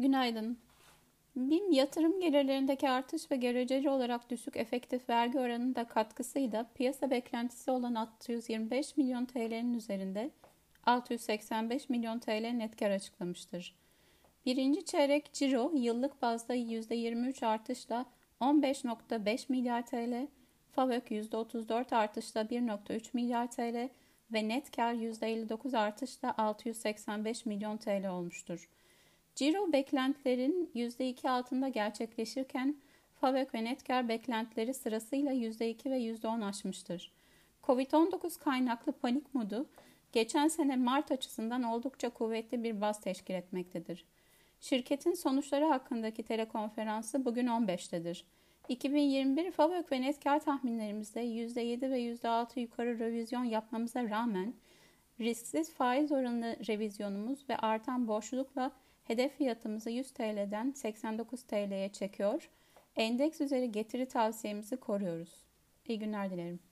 Günaydın. BİM yatırım gelirlerindeki artış ve göreceli olarak düşük efektif vergi oranının da katkısıyla piyasa beklentisi olan 625 milyon TL'nin üzerinde 685 milyon TL net kar açıklamıştır. Birinci çeyrek ciro yıllık bazda %23 artışla 15,5 milyar TL, FAVÖK %34 artışla 1,3 milyar TL ve net kar %59 artışla 685 milyon TL olmuştur. Ciro beklentilerin %2 altında gerçekleşirken FAVÖK ve net kar beklentileri sırasıyla %2 ve %10 aşmıştır. Covid-19 kaynaklı panik modu geçen sene Mart açısından oldukça kuvvetli bir baz teşkil etmektedir. Şirketin sonuçları hakkındaki telekonferansı bugün 15'tedir. 2021 FAVÖK ve net kar tahminlerimizde %7 ve %6 yukarı revizyon yapmamıza rağmen risksiz faiz oranı revizyonumuz ve artan borçlulukla hedef fiyatımızı 100 TL'den 89 TL'ye çekiyor. Endeks üzeri getiri tavsiyemizi koruyoruz. İyi günler dilerim.